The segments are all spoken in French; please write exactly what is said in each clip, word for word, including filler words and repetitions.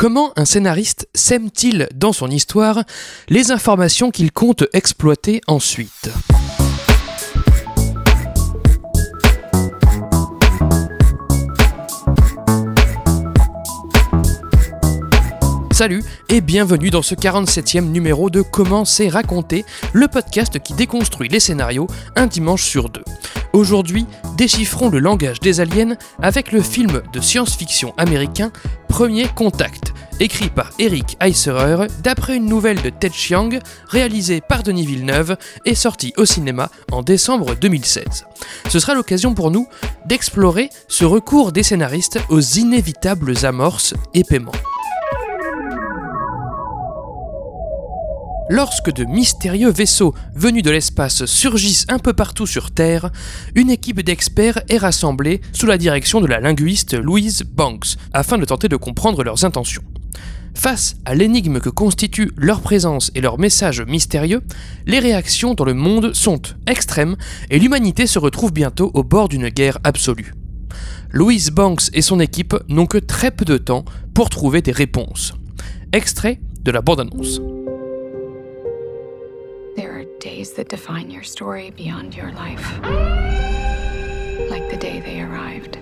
Comment un scénariste sème-t-il dans son histoire les informations qu'il compte exploiter ensuite ? Salut et bienvenue dans ce quarante-septième numéro de Comment c'est raconté, le podcast qui déconstruit les scénarios un dimanche sur deux. Aujourd'hui, déchiffrons le langage des aliens avec le film de science-fiction américain Premier Contact, écrit par Eric Heisserer d'après une nouvelle de Ted Chiang, réalisée par Denis Villeneuve et sortie au cinéma en décembre deux mille seize. Ce sera l'occasion pour nous d'explorer ce recours des scénaristes aux inévitables amorces et paiements. Lorsque de mystérieux vaisseaux venus de l'espace surgissent un peu partout sur Terre, une équipe d'experts est rassemblée sous la direction de la linguiste Louise Banks, afin de tenter de comprendre leurs intentions. Face à l'énigme que constitue leur présence et leur message mystérieux, les réactions dans le monde sont extrêmes et l'humanité se retrouve bientôt au bord d'une guerre absolue. Louise Banks et son équipe n'ont que très peu de temps pour trouver des réponses. Extrait de la bande-annonce. There are days that define your story beyond your life. Like the day they arrived.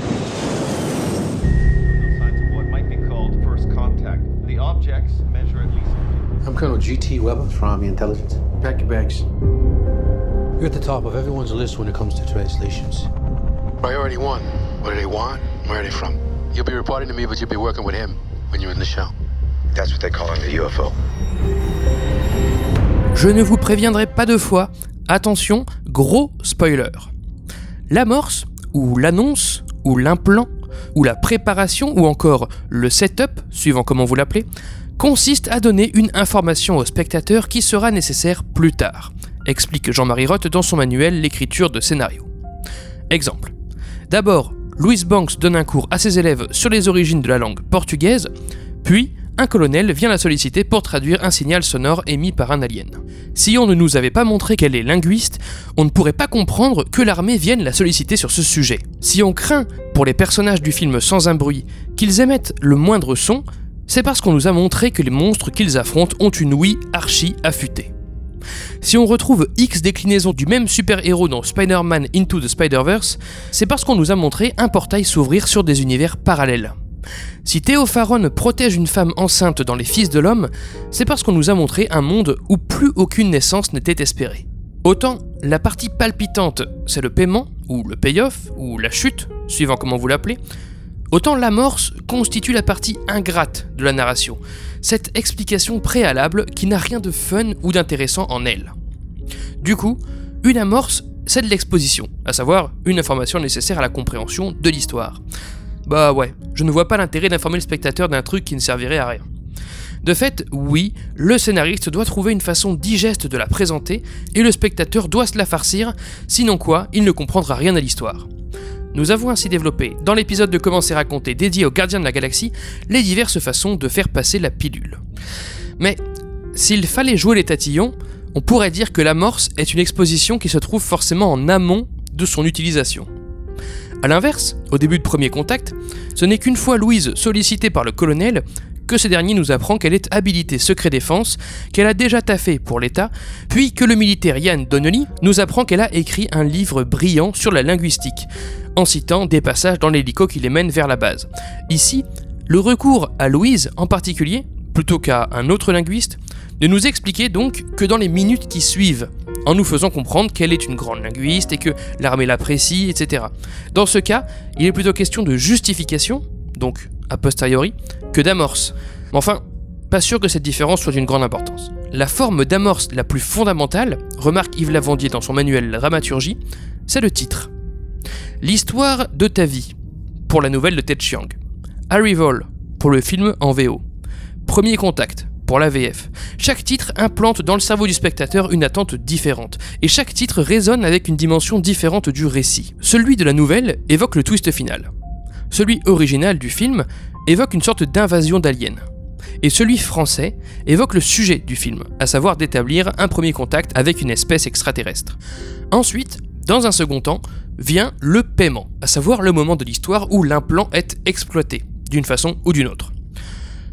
Signs of what might be called first contact. The objects measure at least. I'm Colonel G T Weber from Army Intelligence. Pack your bags. You're at the top of everyone's list when it comes to translations. Priority one. What do they want? Where are they from? You'll be reporting to me, but you'll be working with him when you're in the show. That's what they call in the U F O. Je ne vous préviendrai pas deux fois, attention, gros spoiler. L'amorce, ou l'annonce, ou l'implant, ou la préparation, ou encore le setup, suivant comment vous l'appelez, consiste à donner une information au spectateur qui sera nécessaire plus tard, explique Jean-Marie Roth dans son manuel L'écriture de scénario. Exemple. D'abord, Louise Banks donne un cours à ses élèves sur les origines de la langue portugaise, puis un colonel vient la solliciter pour traduire un signal sonore émis par un alien. Si on ne nous avait pas montré qu'elle est linguiste, on ne pourrait pas comprendre que l'armée vienne la solliciter sur ce sujet. Si on craint, pour les personnages du film Sans un bruit, qu'ils émettent le moindre son, c'est parce qu'on nous a montré que les monstres qu'ils affrontent ont une ouïe archi affûtée. Si on retrouve X déclinaisons du même super-héros dans Spider-Man Into the Spider-Verse, c'est parce qu'on nous a montré un portail s'ouvrir sur des univers parallèles. Si Théo Pharon protège une femme enceinte dans Les Fils de l'Homme, c'est parce qu'on nous a montré un monde où plus aucune naissance n'était espérée. Autant la partie palpitante, c'est le paiement, ou le payoff, ou la chute, suivant comment vous l'appelez, autant l'amorce constitue la partie ingrate de la narration, cette explication préalable qui n'a rien de fun ou d'intéressant en elle. Du coup, une amorce, c'est de l'exposition, à savoir une information nécessaire à la compréhension de l'histoire. Bah ouais, je ne vois pas l'intérêt d'informer le spectateur d'un truc qui ne servirait à rien. De fait, oui, le scénariste doit trouver une façon digeste de la présenter, et le spectateur doit se la farcir, sinon quoi, il ne comprendra rien à l'histoire. Nous avons ainsi développé, dans l'épisode de Comment c'est raconté dédié aux Gardiens de la Galaxie, les diverses façons de faire passer la pilule. Mais, s'il fallait jouer les tatillons, on pourrait dire que l'amorce est une exposition qui se trouve forcément en amont de son utilisation. A l'inverse, au début de Premier Contact, ce n'est qu'une fois Louise sollicitée par le colonel que ce dernier nous apprend qu'elle est habilitée secret défense, qu'elle a déjà taffé pour l'État, puis que le militaire Ian Donnelly nous apprend qu'elle a écrit un livre brillant sur la linguistique, en citant des passages dans l'hélico qui les mène vers la base. Ici, le recours à Louise en particulier, plutôt qu'à un autre linguiste, de nous expliquer donc que dans les minutes qui suivent, en nous faisant comprendre qu'elle est une grande linguiste et que l'armée l'apprécie, et cetera. Dans ce cas, il est plutôt question de justification, donc a posteriori, que d'amorce. Mais enfin, pas sûr que cette différence soit d'une grande importance. La forme d'amorce la plus fondamentale, remarque Yves Lavandier dans son manuel La dramaturgie, c'est le titre. L'histoire de ta vie, pour la nouvelle de Ted Chiang. Arrival, pour le film en V O. Premier Contact, pour la V F. Chaque titre implante dans le cerveau du spectateur une attente différente, et chaque titre résonne avec une dimension différente du récit. Celui de la nouvelle évoque le twist final. Celui original du film évoque une sorte d'invasion d'aliens. Et celui français évoque le sujet du film, à savoir d'établir un premier contact avec une espèce extraterrestre. Ensuite, dans un second temps, vient le paiement, à savoir le moment de l'histoire où l'implant est exploité, d'une façon ou d'une autre.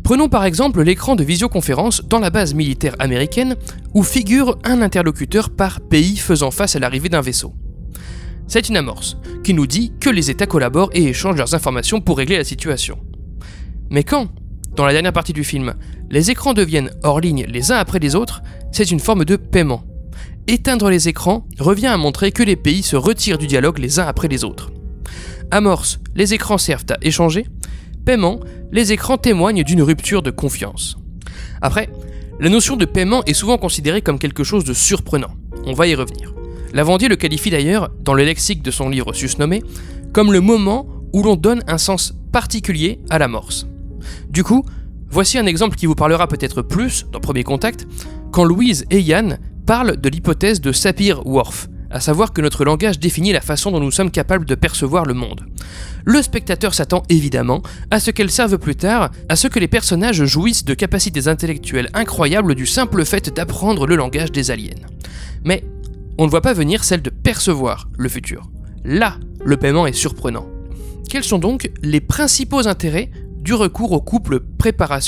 Prenons par exemple l'écran de visioconférence dans la base militaire américaine où figure un interlocuteur par pays faisant face à l'arrivée d'un vaisseau. C'est une amorce qui nous dit que les États collaborent et échangent leurs informations pour régler la situation. Mais quand, dans la dernière partie du film, les écrans deviennent hors ligne les uns après les autres, c'est une forme de paiement. Éteindre les écrans revient à montrer que les pays se retirent du dialogue les uns après les autres. Amorce, les écrans servent à échanger. Paiement, les écrans témoignent d'une rupture de confiance. Après, la notion de paiement est souvent considérée comme quelque chose de surprenant. On va y revenir. Lavandier le qualifie d'ailleurs, dans le lexique de son livre susnommé, comme le moment où l'on donne un sens particulier à l'amorce. Du coup, voici un exemple qui vous parlera peut-être plus, dans Premier Contact, quand Louise et Ian parlent de l'hypothèse de Sapir-Whorf, à savoir que notre langage définit la façon dont nous sommes capables de percevoir le monde. Le spectateur s'attend évidemment à ce qu'elle serve plus tard à ce que les personnages jouissent de capacités intellectuelles incroyables du simple fait d'apprendre le langage des aliens. Mais on ne voit pas venir celle de percevoir le futur. Là, le paiement est surprenant. Quels sont donc les principaux intérêts du recours au couple préparation-paiement ?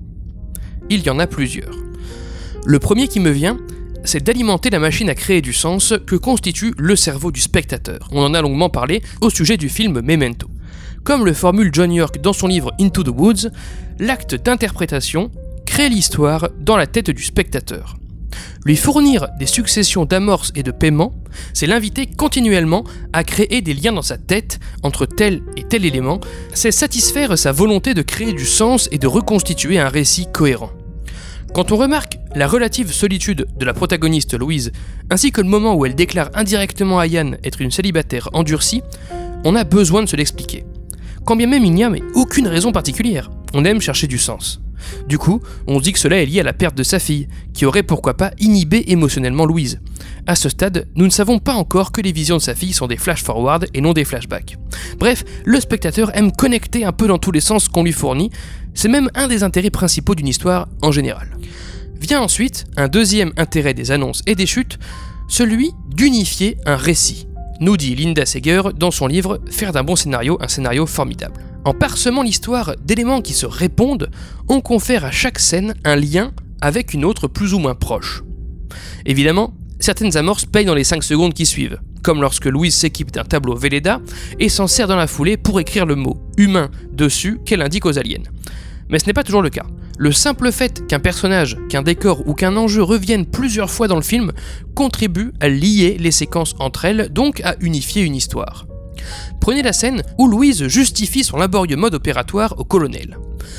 Il y en a plusieurs. Le premier qui me vient, c'est d'alimenter la machine à créer du sens que constitue le cerveau du spectateur. On en a longuement parlé au sujet du film Memento. Comme le formule John York dans son livre Into the Woods, l'acte d'interprétation crée l'histoire dans la tête du spectateur. Lui fournir des successions d'amorces et de paiements, c'est l'inviter continuellement à créer des liens dans sa tête entre tel et tel élément, c'est satisfaire sa volonté de créer du sens et de reconstituer un récit cohérent. Quand on remarque la relative solitude de la protagoniste Louise, ainsi que le moment où elle déclare indirectement à Ian être une célibataire endurcie, on a besoin de se l'expliquer. Quand bien même il n'y a mais aucune raison particulière, on aime chercher du sens. Du coup, on se dit que cela est lié à la perte de sa fille, qui aurait pourquoi pas inhibé émotionnellement Louise. À ce stade, nous ne savons pas encore que les visions de sa fille sont des flash-forward et non des flashbacks. Bref, le spectateur aime connecter un peu dans tous les sens qu'on lui fournit, c'est même un des intérêts principaux d'une histoire en général. Vient ensuite un deuxième intérêt des annonces et des chutes, celui d'unifier un récit, nous dit Linda Seger dans son livre « Faire d'un bon scénario un scénario formidable ». En parsemant l'histoire d'éléments qui se répondent, on confère à chaque scène un lien avec une autre plus ou moins proche. Évidemment, certaines amorces payent dans les cinq secondes qui suivent, comme lorsque Louise s'équipe d'un tableau Velleda et s'en sert dans la foulée pour écrire le mot « humain » dessus qu'elle indique aux aliens. Mais ce n'est pas toujours le cas. Le simple fait qu'un personnage, qu'un décor ou qu'un enjeu revienne plusieurs fois dans le film contribue à lier les séquences entre elles, donc à unifier une histoire. Prenez la scène où Louise justifie son laborieux mode opératoire au colonel.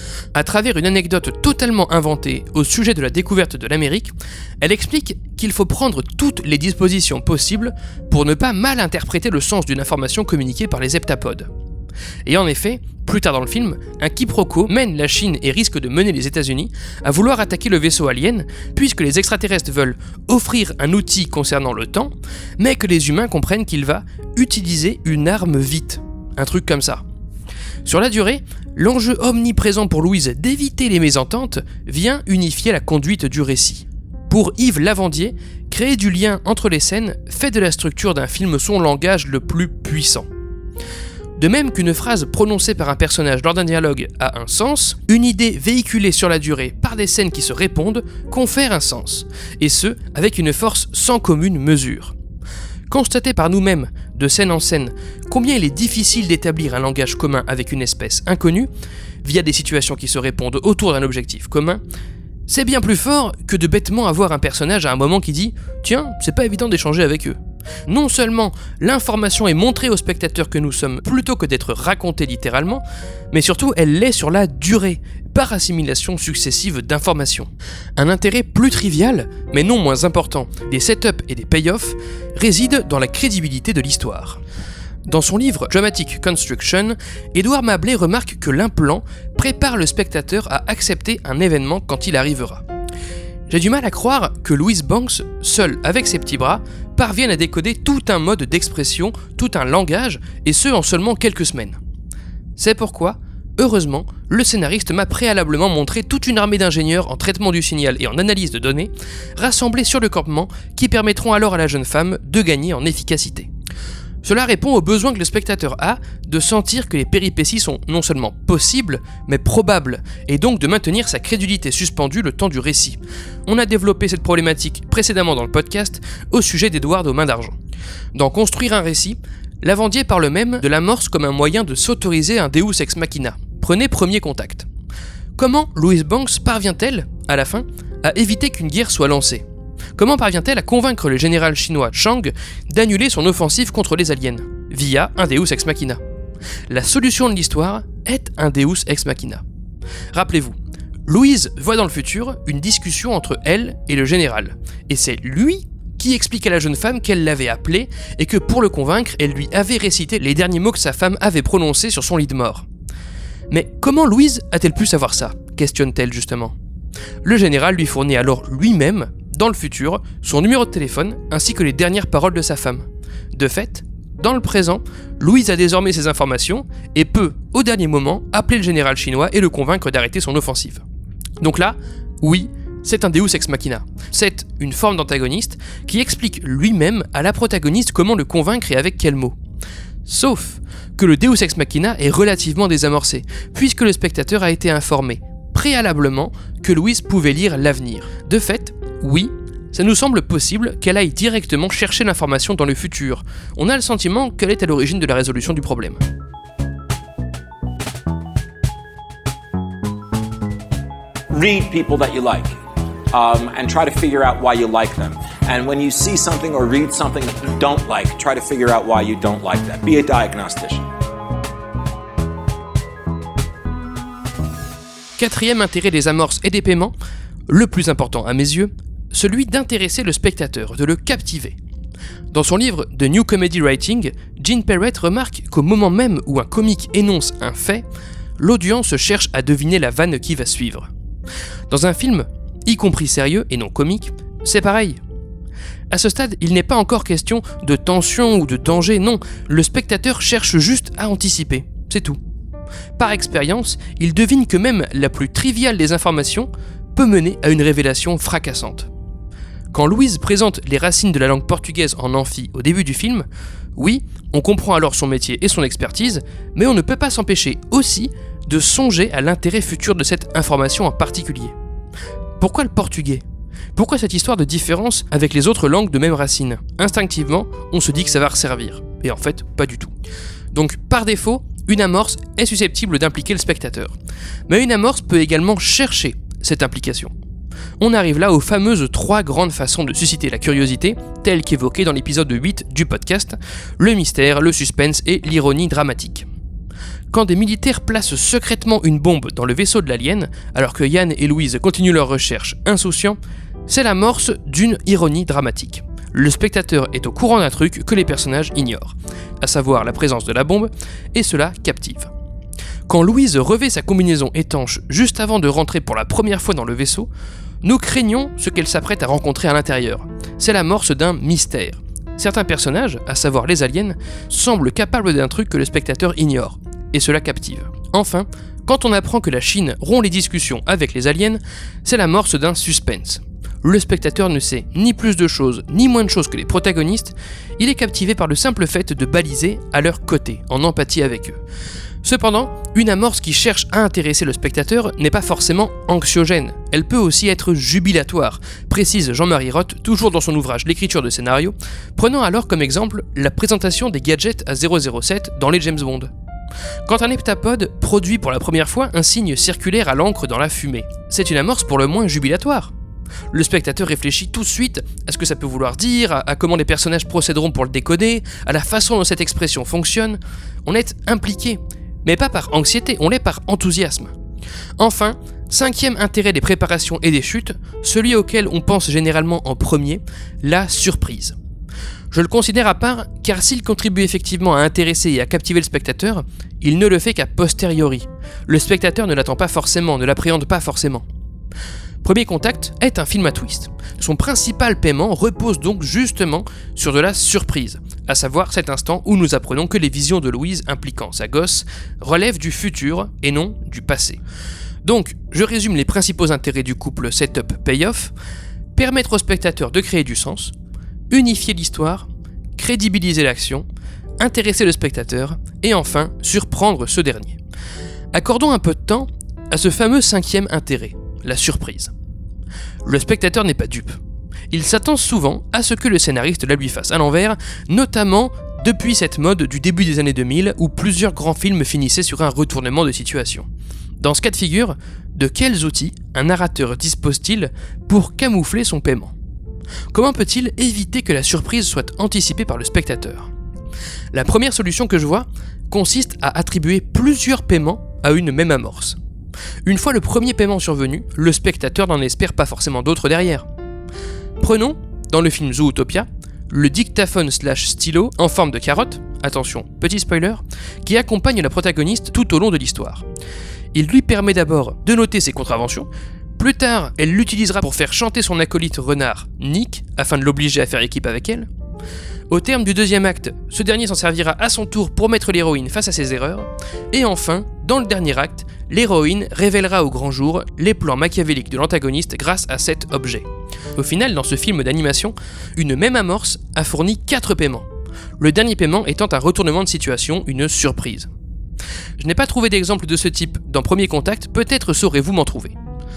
À travers une anecdote totalement inventée au sujet de la découverte de l'Amérique, elle explique qu'il faut prendre toutes les dispositions possibles pour ne pas mal interpréter le sens d'une information communiquée par les heptapodes. Et en effet, plus tard dans le film, un quiproquo mène la Chine et risque de mener les États-Unis à vouloir attaquer le vaisseau alien, puisque les extraterrestres veulent offrir un outil concernant le temps, mais que les humains comprennent qu'il va utiliser une arme vite. Un truc comme ça. Sur la durée, l'enjeu omniprésent pour Louise d'éviter les mésententes vient unifier la conduite du récit. Pour Yves Lavandier, créer du lien entre les scènes fait de la structure d'un film son langage le plus puissant. De même qu'une phrase prononcée par un personnage lors d'un dialogue a un sens, une idée véhiculée sur la durée par des scènes qui se répondent confère un sens, et ce, avec une force sans commune mesure. Constater par nous-mêmes, de scène en scène, combien il est difficile d'établir un langage commun avec une espèce inconnue, via des situations qui se répondent autour d'un objectif commun, c'est bien plus fort que de bêtement avoir un personnage à un moment qui dit « Tiens, c'est pas évident d'échanger avec eux ». Non seulement l'information est montrée au spectateur que nous sommes plutôt que d'être racontée littéralement, mais surtout elle l'est sur la durée, par assimilation successive d'informations. Un intérêt plus trivial, mais non moins important, des setups et des payoffs réside dans la crédibilité de l'histoire. Dans son livre Dramatic Construction, Edward Mabley remarque que l'implant prépare le spectateur à accepter un événement quand il arrivera. J'ai du mal à croire que Louise Banks, seule avec ses petits bras, parvienne à décoder tout un mode d'expression, tout un langage, et ce en seulement quelques semaines. C'est pourquoi, heureusement, le scénariste m'a préalablement montré toute une armée d'ingénieurs en traitement du signal et en analyse de données, rassemblés sur le campement, qui permettront alors à la jeune femme de gagner en efficacité. Cela répond au besoin que le spectateur a de sentir que les péripéties sont non seulement possibles, mais probables, et donc de maintenir sa crédulité suspendue le temps du récit. On a développé cette problématique précédemment dans le podcast au sujet d'Edward aux mains d'argent. Dans Construire un récit, Lavandier parle même de l'amorce comme un moyen de s'autoriser un Deus ex machina. Prenez Premier Contact. Comment Louise Banks parvient-elle, à la fin, à éviter qu'une guerre soit lancée ? Comment parvient-elle à convaincre le général chinois Chang d'annuler son offensive contre les aliens, via un Deus ex machina ? La solution de l'histoire est un Deus ex machina. Rappelez-vous, Louise voit dans le futur une discussion entre elle et le général, et c'est lui qui explique à la jeune femme qu'elle l'avait appelé et que pour le convaincre, elle lui avait récité les derniers mots que sa femme avait prononcés sur son lit de mort. Mais comment Louise a-t-elle pu savoir ça ? Questionne-t-elle justement. Le général lui fournit alors lui-même, dans le futur, son numéro de téléphone ainsi que les dernières paroles de sa femme. De fait, dans le présent, Louise a désormais ces informations et peut, au dernier moment, appeler le général chinois et le convaincre d'arrêter son offensive. Donc là, oui, c'est un Deus ex machina. C'est une forme d'antagoniste qui explique lui-même à la protagoniste comment le convaincre et avec quels mots. Sauf que le Deus ex machina est relativement désamorcé, puisque le spectateur a été informé, préalablement, que Louise pouvait lire l'avenir. De fait, oui, ça nous semble possible qu'elle aille directement chercher l'information dans le futur. On a le sentiment qu'elle est à l'origine de la résolution du problème. Read people that you like, um, and try to figure out why you like them. And when you see something or read something that you don't like, try to figure out why you don't like that. Be a diagnostician. Quatrième intérêt des amorces et des paiements, le plus important à mes yeux, celui d'intéresser le spectateur, de le captiver. Dans son livre The New Comedy Writing, Gene Perret remarque qu'au moment même où un comique énonce un fait, l'audience cherche à deviner la vanne qui va suivre. Dans un film, y compris sérieux et non comique, c'est pareil. À ce stade, il n'est pas encore question de tension ou de danger, non, le spectateur cherche juste à anticiper, c'est tout. Par expérience, il devine que même la plus triviale des informations peut mener à une révélation fracassante. Quand Louise présente les racines de la langue portugaise en amphi au début du film, oui, on comprend alors son métier et son expertise, mais on ne peut pas s'empêcher aussi de songer à l'intérêt futur de cette information en particulier. Pourquoi le portugais ? Pourquoi cette histoire de différence avec les autres langues de même racine ? Instinctivement, on se dit que ça va resservir, et en fait, pas du tout. Donc, par défaut, une amorce est susceptible d'impliquer le spectateur. Mais une amorce peut également chercher cette implication. On arrive là aux fameuses trois grandes façons de susciter la curiosité, telles qu'évoquées dans l'épisode huit du podcast, le mystère, le suspense et l'ironie dramatique. Quand des militaires placent secrètement une bombe dans le vaisseau de l'alien, alors que Yann et Louise continuent leur recherche insouciants, c'est l'amorce d'une ironie dramatique. Le spectateur est au courant d'un truc que les personnages ignorent, à savoir la présence de la bombe, et cela captive. Quand Louise revêt sa combinaison étanche juste avant de rentrer pour la première fois dans le vaisseau, nous craignons ce qu'elle s'apprête à rencontrer à l'intérieur. C'est l'amorce d'un mystère. Certains personnages, à savoir les aliens, semblent capables d'un truc que le spectateur ignore, et cela captive. Enfin, quand on apprend que la Chine rompt les discussions avec les aliens, c'est l'amorce d'un suspense. Le spectateur ne sait ni plus de choses, ni moins de choses que les protagonistes, il est captivé par le simple fait de baliser à leur côté, en empathie avec eux. Cependant, une amorce qui cherche à intéresser le spectateur n'est pas forcément anxiogène, elle peut aussi être jubilatoire, précise Jean-Marie Roth, toujours dans son ouvrage L'écriture de scénario, prenant alors comme exemple la présentation des gadgets à zéro zéro sept dans les James Bond. Quand un heptapode produit pour la première fois un signe circulaire à l'encre dans la fumée, c'est une amorce pour le moins jubilatoire. Le spectateur réfléchit tout de suite à ce que ça peut vouloir dire, à, à comment les personnages procéderont pour le décoder, à la façon dont cette expression fonctionne. On est impliqué, mais pas par anxiété, on l'est par enthousiasme. Enfin, cinquième intérêt des préparations et des chutes, celui auquel on pense généralement en premier, la surprise. Je le considère à part car s'il contribue effectivement à intéresser et à captiver le spectateur, il ne le fait qu'à posteriori. Le spectateur ne l'attend pas forcément, ne l'appréhende pas forcément. Premier Contact est un film à twist. Son principal paiement repose donc justement sur de la surprise, à savoir cet instant où nous apprenons que les visions de Louise impliquant sa gosse relèvent du futur et non du passé. Donc, je résume les principaux intérêts du couple setup-payoff, permettre au spectateur de créer du sens, unifier l'histoire, crédibiliser l'action, intéresser le spectateur et enfin surprendre ce dernier. Accordons un peu de temps à ce fameux cinquième intérêt, la surprise. Le spectateur n'est pas dupe. Il s'attend souvent à ce que le scénariste la lui fasse à l'envers, notamment depuis cette mode du début des années deux mille où plusieurs grands films finissaient sur un retournement de situation. Dans ce cas de figure, de quels outils un narrateur dispose-t-il pour camoufler son paiement ? Comment peut-il éviter que la surprise soit anticipée par le spectateur ? La première solution que je vois consiste à attribuer plusieurs paiements à une même amorce. Une fois le premier paiement survenu, le spectateur n'en espère pas forcément d'autres derrière. Prenons, dans le film Zootopia, le dictaphone slash stylo en forme de carotte, attention, petit spoiler, qui accompagne la protagoniste tout au long de l'histoire. Il lui permet d'abord de noter ses contraventions, plus tard elle l'utilisera pour faire chanter son acolyte renard Nick, afin de l'obliger à faire équipe avec elle. Au terme du deuxième acte, ce dernier s'en servira à son tour pour mettre l'héroïne face à ses erreurs, et enfin, dans le dernier acte, l'héroïne révélera au grand jour les plans machiavéliques de l'antagoniste grâce à cet objet. Au final, dans ce film d'animation, une même amorce a fourni quatre paiements, le dernier paiement étant un retournement de situation, une surprise. Je n'ai pas trouvé d'exemple de ce type dans Premier Contact, peut-être saurez-vous m'en trouver.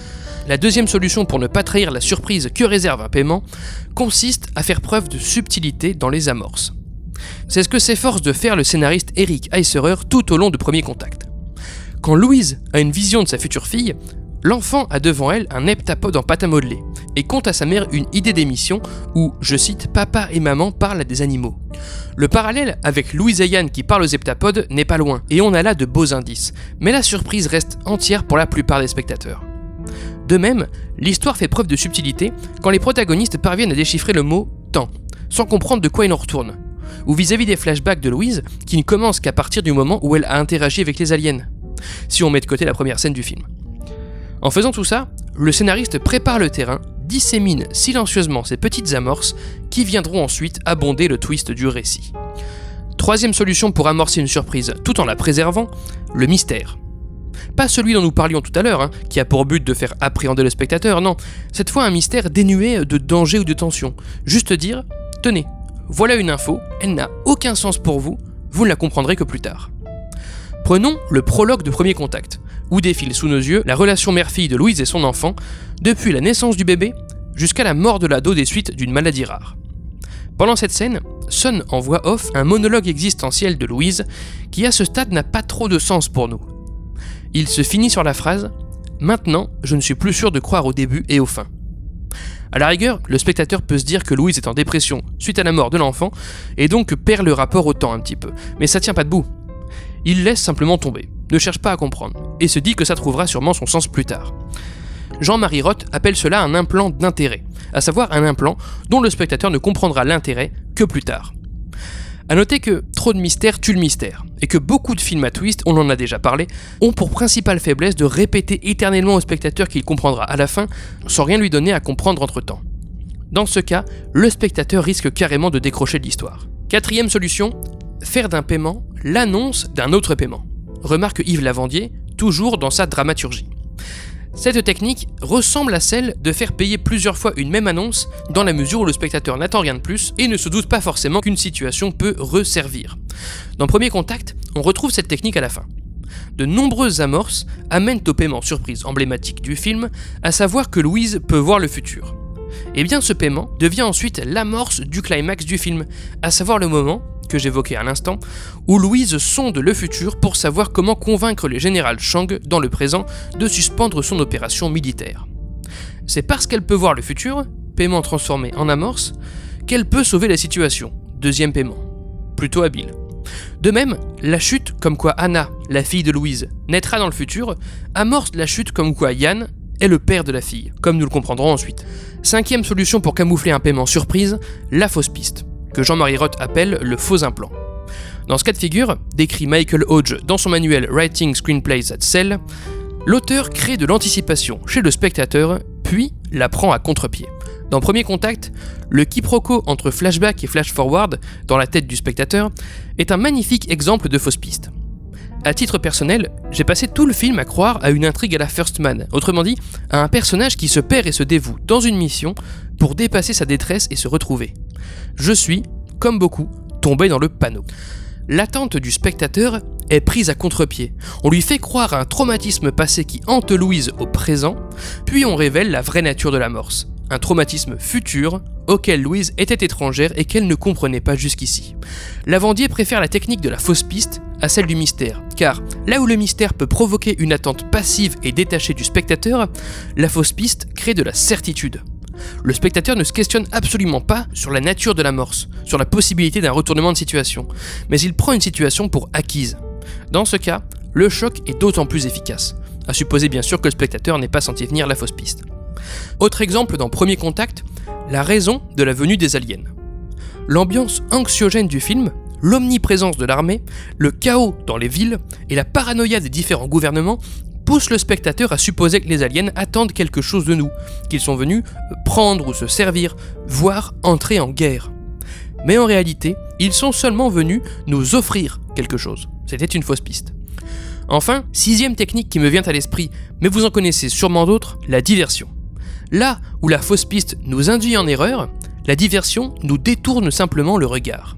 La deuxième solution pour ne pas trahir la surprise que réserve un paiement consiste à faire preuve de subtilité dans les amorces. C'est ce que s'efforce de faire le scénariste Eric Heisserer tout au long de Premier Contact. Quand Louise a une vision de sa future fille, l'enfant a devant elle un heptapode en pâte à modeler et conte à sa mère une idée d'émission où, je cite, « papa et maman parlent à des animaux ». Le parallèle avec Louise et Yann qui parlent aux heptapodes n'est pas loin et on a là de beaux indices, mais la surprise reste entière pour la plupart des spectateurs. De même, l'histoire fait preuve de subtilité quand les protagonistes parviennent à déchiffrer le mot « temps », sans comprendre de quoi il en retourne, ou vis-à-vis des flashbacks de Louise qui ne commencent qu'à partir du moment où elle a interagi avec les aliens, si on met de côté la première scène du film. En faisant tout ça, le scénariste prépare le terrain, dissémine silencieusement ces petites amorces qui viendront ensuite abonder le twist du récit. Troisième solution pour amorcer une surprise tout en la préservant, le mystère. Pas celui dont nous parlions tout à l'heure, hein, qui a pour but de faire appréhender le spectateur, non. Cette fois un mystère dénué de danger ou de tension. Juste dire, tenez, voilà une info, elle n'a aucun sens pour vous, vous ne la comprendrez que plus tard. Prenons le prologue de Premier Contact, où défile sous nos yeux la relation mère-fille de Louise et son enfant, depuis la naissance du bébé jusqu'à la mort de l'ado des suites d'une maladie rare. Pendant cette scène, sonne en voix off un monologue existentiel de Louise, qui à ce stade n'a pas trop de sens pour nous. Il se finit sur la phrase « Maintenant, je ne suis plus sûr de croire au début et au fin ». A la rigueur, le spectateur peut se dire que Louise est en dépression suite à la mort de l'enfant, et donc perd le rapport au temps un petit peu, mais ça tient pas debout. Il laisse simplement tomber, ne cherche pas à comprendre, et se dit que ça trouvera sûrement son sens plus tard. Jean-Marie Roth appelle cela un implant d'intérêt, à savoir un implant dont le spectateur ne comprendra l'intérêt que plus tard. A noter que trop de mystère tue le mystère, et que beaucoup de films à twist, on en a déjà parlé, ont pour principale faiblesse de répéter éternellement au spectateur qu'il comprendra à la fin, sans rien lui donner à comprendre entre-temps. Dans ce cas, le spectateur risque carrément de décrocher de l'histoire. Quatrième solution, faire d'un paiement l'annonce d'un autre paiement. Remarque Yves Lavandier, toujours dans sa dramaturgie. Cette technique ressemble à celle de faire payer plusieurs fois une même annonce dans la mesure où le spectateur n'attend rien de plus et ne se doute pas forcément qu'une situation peut resservir. Dans Premier Contact, on retrouve cette technique à la fin. De nombreuses amorces amènent au paiement surprise emblématique du film, à savoir que Louise peut voir le futur. Et bien ce paiement devient ensuite l'amorce du climax du film, à savoir le moment, que j'évoquais à l'instant, où Louise sonde le futur pour savoir comment convaincre le général Chang, dans le présent, de suspendre son opération militaire. C'est parce qu'elle peut voir le futur, paiement transformé en amorce, qu'elle peut sauver la situation, deuxième paiement. Plutôt habile. De même, la chute comme quoi Anna, la fille de Louise, naîtra dans le futur, amorce la chute comme quoi Yann est le père de la fille, comme nous le comprendrons ensuite. Cinquième solution pour camoufler un paiement surprise, la fausse piste, que Jean-Marie Roth appelle le faux implant. Dans ce cas de figure, décrit Michael Hodge dans son manuel Writing Screenplays at Cell, l'auteur crée de l'anticipation chez le spectateur, puis la prend à contre-pied. Dans Premier Contact, le quiproquo entre flashback et flash-forward dans la tête du spectateur est un magnifique exemple de fausse piste. À titre personnel, j'ai passé tout le film à croire à une intrigue à la First Man, autrement dit, à un personnage qui se perd et se dévoue dans une mission pour dépasser sa détresse et se retrouver. Je suis, comme beaucoup, tombé dans le panneau. l'attente du spectateur est prise à contre-pied. On lui fait croire à un traumatisme passé qui hante Louise au présent, puis on révèle la vraie nature de l'amorce. Un traumatisme futur auquel Louise était étrangère et qu'elle ne comprenait pas jusqu'ici. Lavandier préfère la technique de la fausse piste à celle du mystère, car là où le mystère peut provoquer une attente passive et détachée du spectateur, la fausse piste crée de la certitude. Le spectateur ne se questionne absolument pas sur la nature de l'amorce, sur la possibilité d'un retournement de situation, mais il prend une situation pour acquise. Dans ce cas, le choc est d'autant plus efficace, à supposer bien sûr que le spectateur n'ait pas senti venir la fausse piste. Autre exemple dans Premier Contact, la raison de la venue des aliens. L'ambiance anxiogène du film, l'omniprésence de l'armée, le chaos dans les villes et la paranoïa des différents gouvernements poussent le spectateur à supposer que les aliens attendent quelque chose de nous, qu'ils sont venus prendre ou se servir, voire entrer en guerre. Mais en réalité, ils sont seulement venus nous offrir quelque chose. C'était une fausse piste. Enfin, sixième technique qui me vient à l'esprit, mais vous en connaissez sûrement d'autres, la diversion. Là où la fausse piste nous induit en erreur, la diversion nous détourne simplement le regard.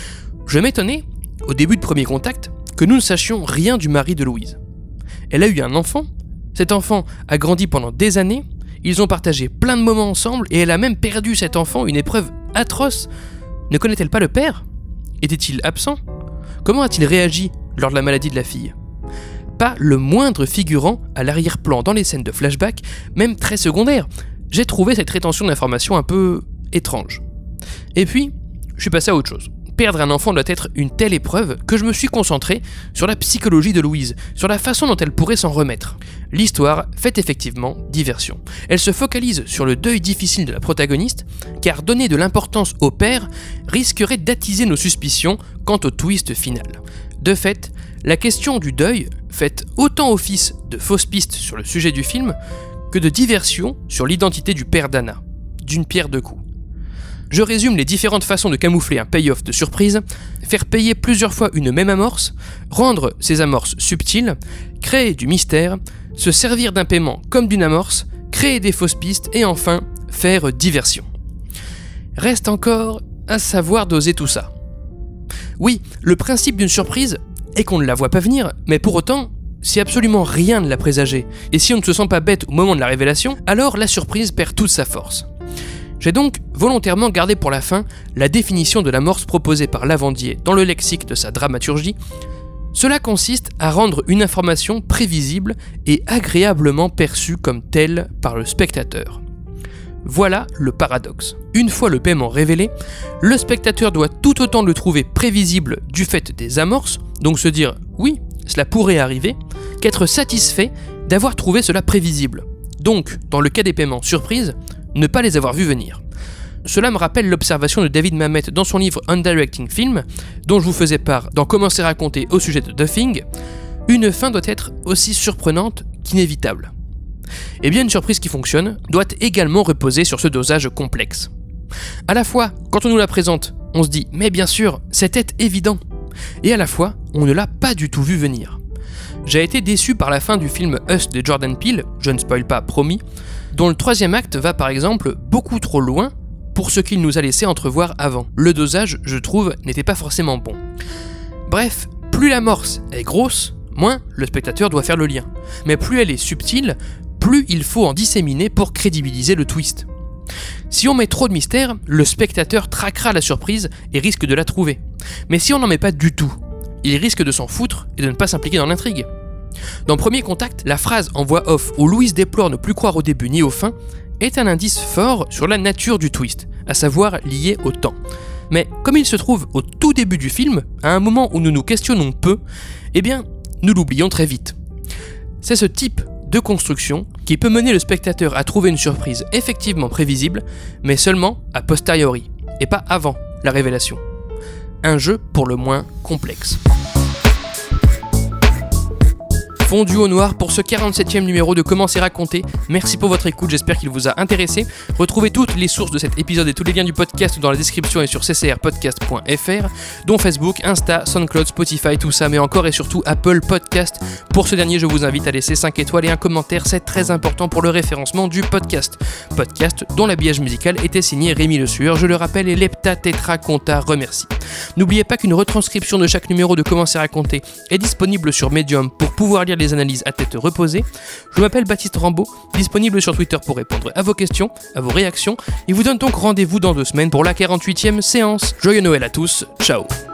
Je m'étonnais, au début de Premier Contact, que nous ne sachions rien du mari de Louise. Elle a eu un enfant, cet enfant a grandi pendant des années, ils ont partagé plein de moments ensemble et elle a même perdu cet enfant, une épreuve atroce. Ne connaît-elle pas le père ? Était-il absent ? Comment a-t-il réagi lors de la maladie de la fille ? Pas le moindre figurant à l'arrière-plan dans les scènes de flashback, même très secondaires. J'ai trouvé cette rétention d'informations un peu étrange. Et puis, je suis passé à autre chose. Perdre un enfant doit être une telle épreuve que je me suis concentré sur la psychologie de Louise, sur la façon dont elle pourrait s'en remettre. L'histoire fait effectivement diversion. Elle se focalise sur le deuil difficile de la protagoniste, car donner de l'importance au père risquerait d'attiser nos suspicions quant au twist final. De fait, la question du deuil fait autant office de fausse piste sur le sujet du film que de diversion sur l'identité du père d'Anna, d'une pierre deux coups. Je résume les différentes façons de camoufler un payoff de surprise, faire payer plusieurs fois une même amorce, rendre ces amorces subtiles, créer du mystère, se servir d'un paiement comme d'une amorce, créer des fausses pistes et enfin faire diversion. Reste encore à savoir doser tout ça. Oui, le principe d'une surprise est qu'on ne la voit pas venir, mais pour autant, si absolument rien ne l'a présagé, et si on ne se sent pas bête au moment de la révélation, alors la surprise perd toute sa force. J'ai donc volontairement gardé pour la fin la définition de l'amorce proposée par Lavandier dans le lexique de sa dramaturgie. Cela consiste à rendre une information prévisible et agréablement perçue comme telle par le spectateur. Voilà le paradoxe. Une fois le paiement révélé, le spectateur doit tout autant le trouver prévisible du fait des amorces, donc se dire « oui, cela pourrait arriver », qu'être satisfait d'avoir trouvé cela prévisible. Donc, dans le cas des paiements surprises, ne pas les avoir vus venir. Cela me rappelle l'observation de David Mamet dans son livre Undirecting Film, dont je vous faisais part dans Comment c'est raconté au sujet de The Thing. Une fin doit être aussi surprenante qu'inévitable. Et bien une surprise qui fonctionne doit également reposer sur ce dosage complexe. À la fois, quand on nous la présente, on se dit « mais bien sûr, c'était évident », et à la fois, on ne l'a pas du tout vu venir. J'ai été déçu par la fin du film Us de Jordan Peele, je ne spoil pas, promis, dont le troisième acte va par exemple beaucoup trop loin pour ce qu'il nous a laissé entrevoir avant. Le dosage, je trouve, n'était pas forcément bon. Bref, plus l'amorce est grosse, moins le spectateur doit faire le lien. Mais plus elle est subtile, plus il faut en disséminer pour crédibiliser le twist. Si on met trop de mystère, le spectateur traquera la surprise et risque de la trouver. Mais si on n'en met pas du tout, il risque de s'en foutre et de ne pas s'impliquer dans l'intrigue. Dans Premier Contact, la phrase en voix off où Louise déplore ne plus croire au début ni au fin est un indice fort sur la nature du twist, à savoir lié au temps. Mais comme il se trouve au tout début du film, à un moment où nous nous questionnons peu, eh bien, nous l'oublions très vite. C'est ce type de construction qui peut mener le spectateur à trouver une surprise effectivement prévisible, mais seulement a posteriori, et pas avant la révélation. Un jeu pour le moins complexe. Fondu au noir pour ce quarante-septième numéro de Comment c'est raconté. Merci pour votre écoute, j'espère qu'il vous a intéressé. Retrouvez toutes les sources de cet épisode et tous les liens du podcast dans la description et sur c c r podcast point f r, dont Facebook, Insta, SoundCloud, Spotify, tout ça, mais encore et surtout Apple Podcast. Pour ce dernier, je vous invite à laisser cinq étoiles et un commentaire, c'est très important pour le référencement du podcast. Podcast dont l'habillage musical était signé Rémi Le Sueur, je le rappelle, et l'Heptatetraconta remercie. N'oubliez pas qu'une retranscription de chaque numéro de Comment c'est raconté est disponible sur Medium pour pouvoir lire les analyses à tête reposée. Je m'appelle Baptiste Rambaud, disponible sur Twitter pour répondre à vos questions, à vos réactions, et vous donne donc rendez-vous dans deux semaines pour la quarante-huitième séance. Joyeux Noël à tous, ciao.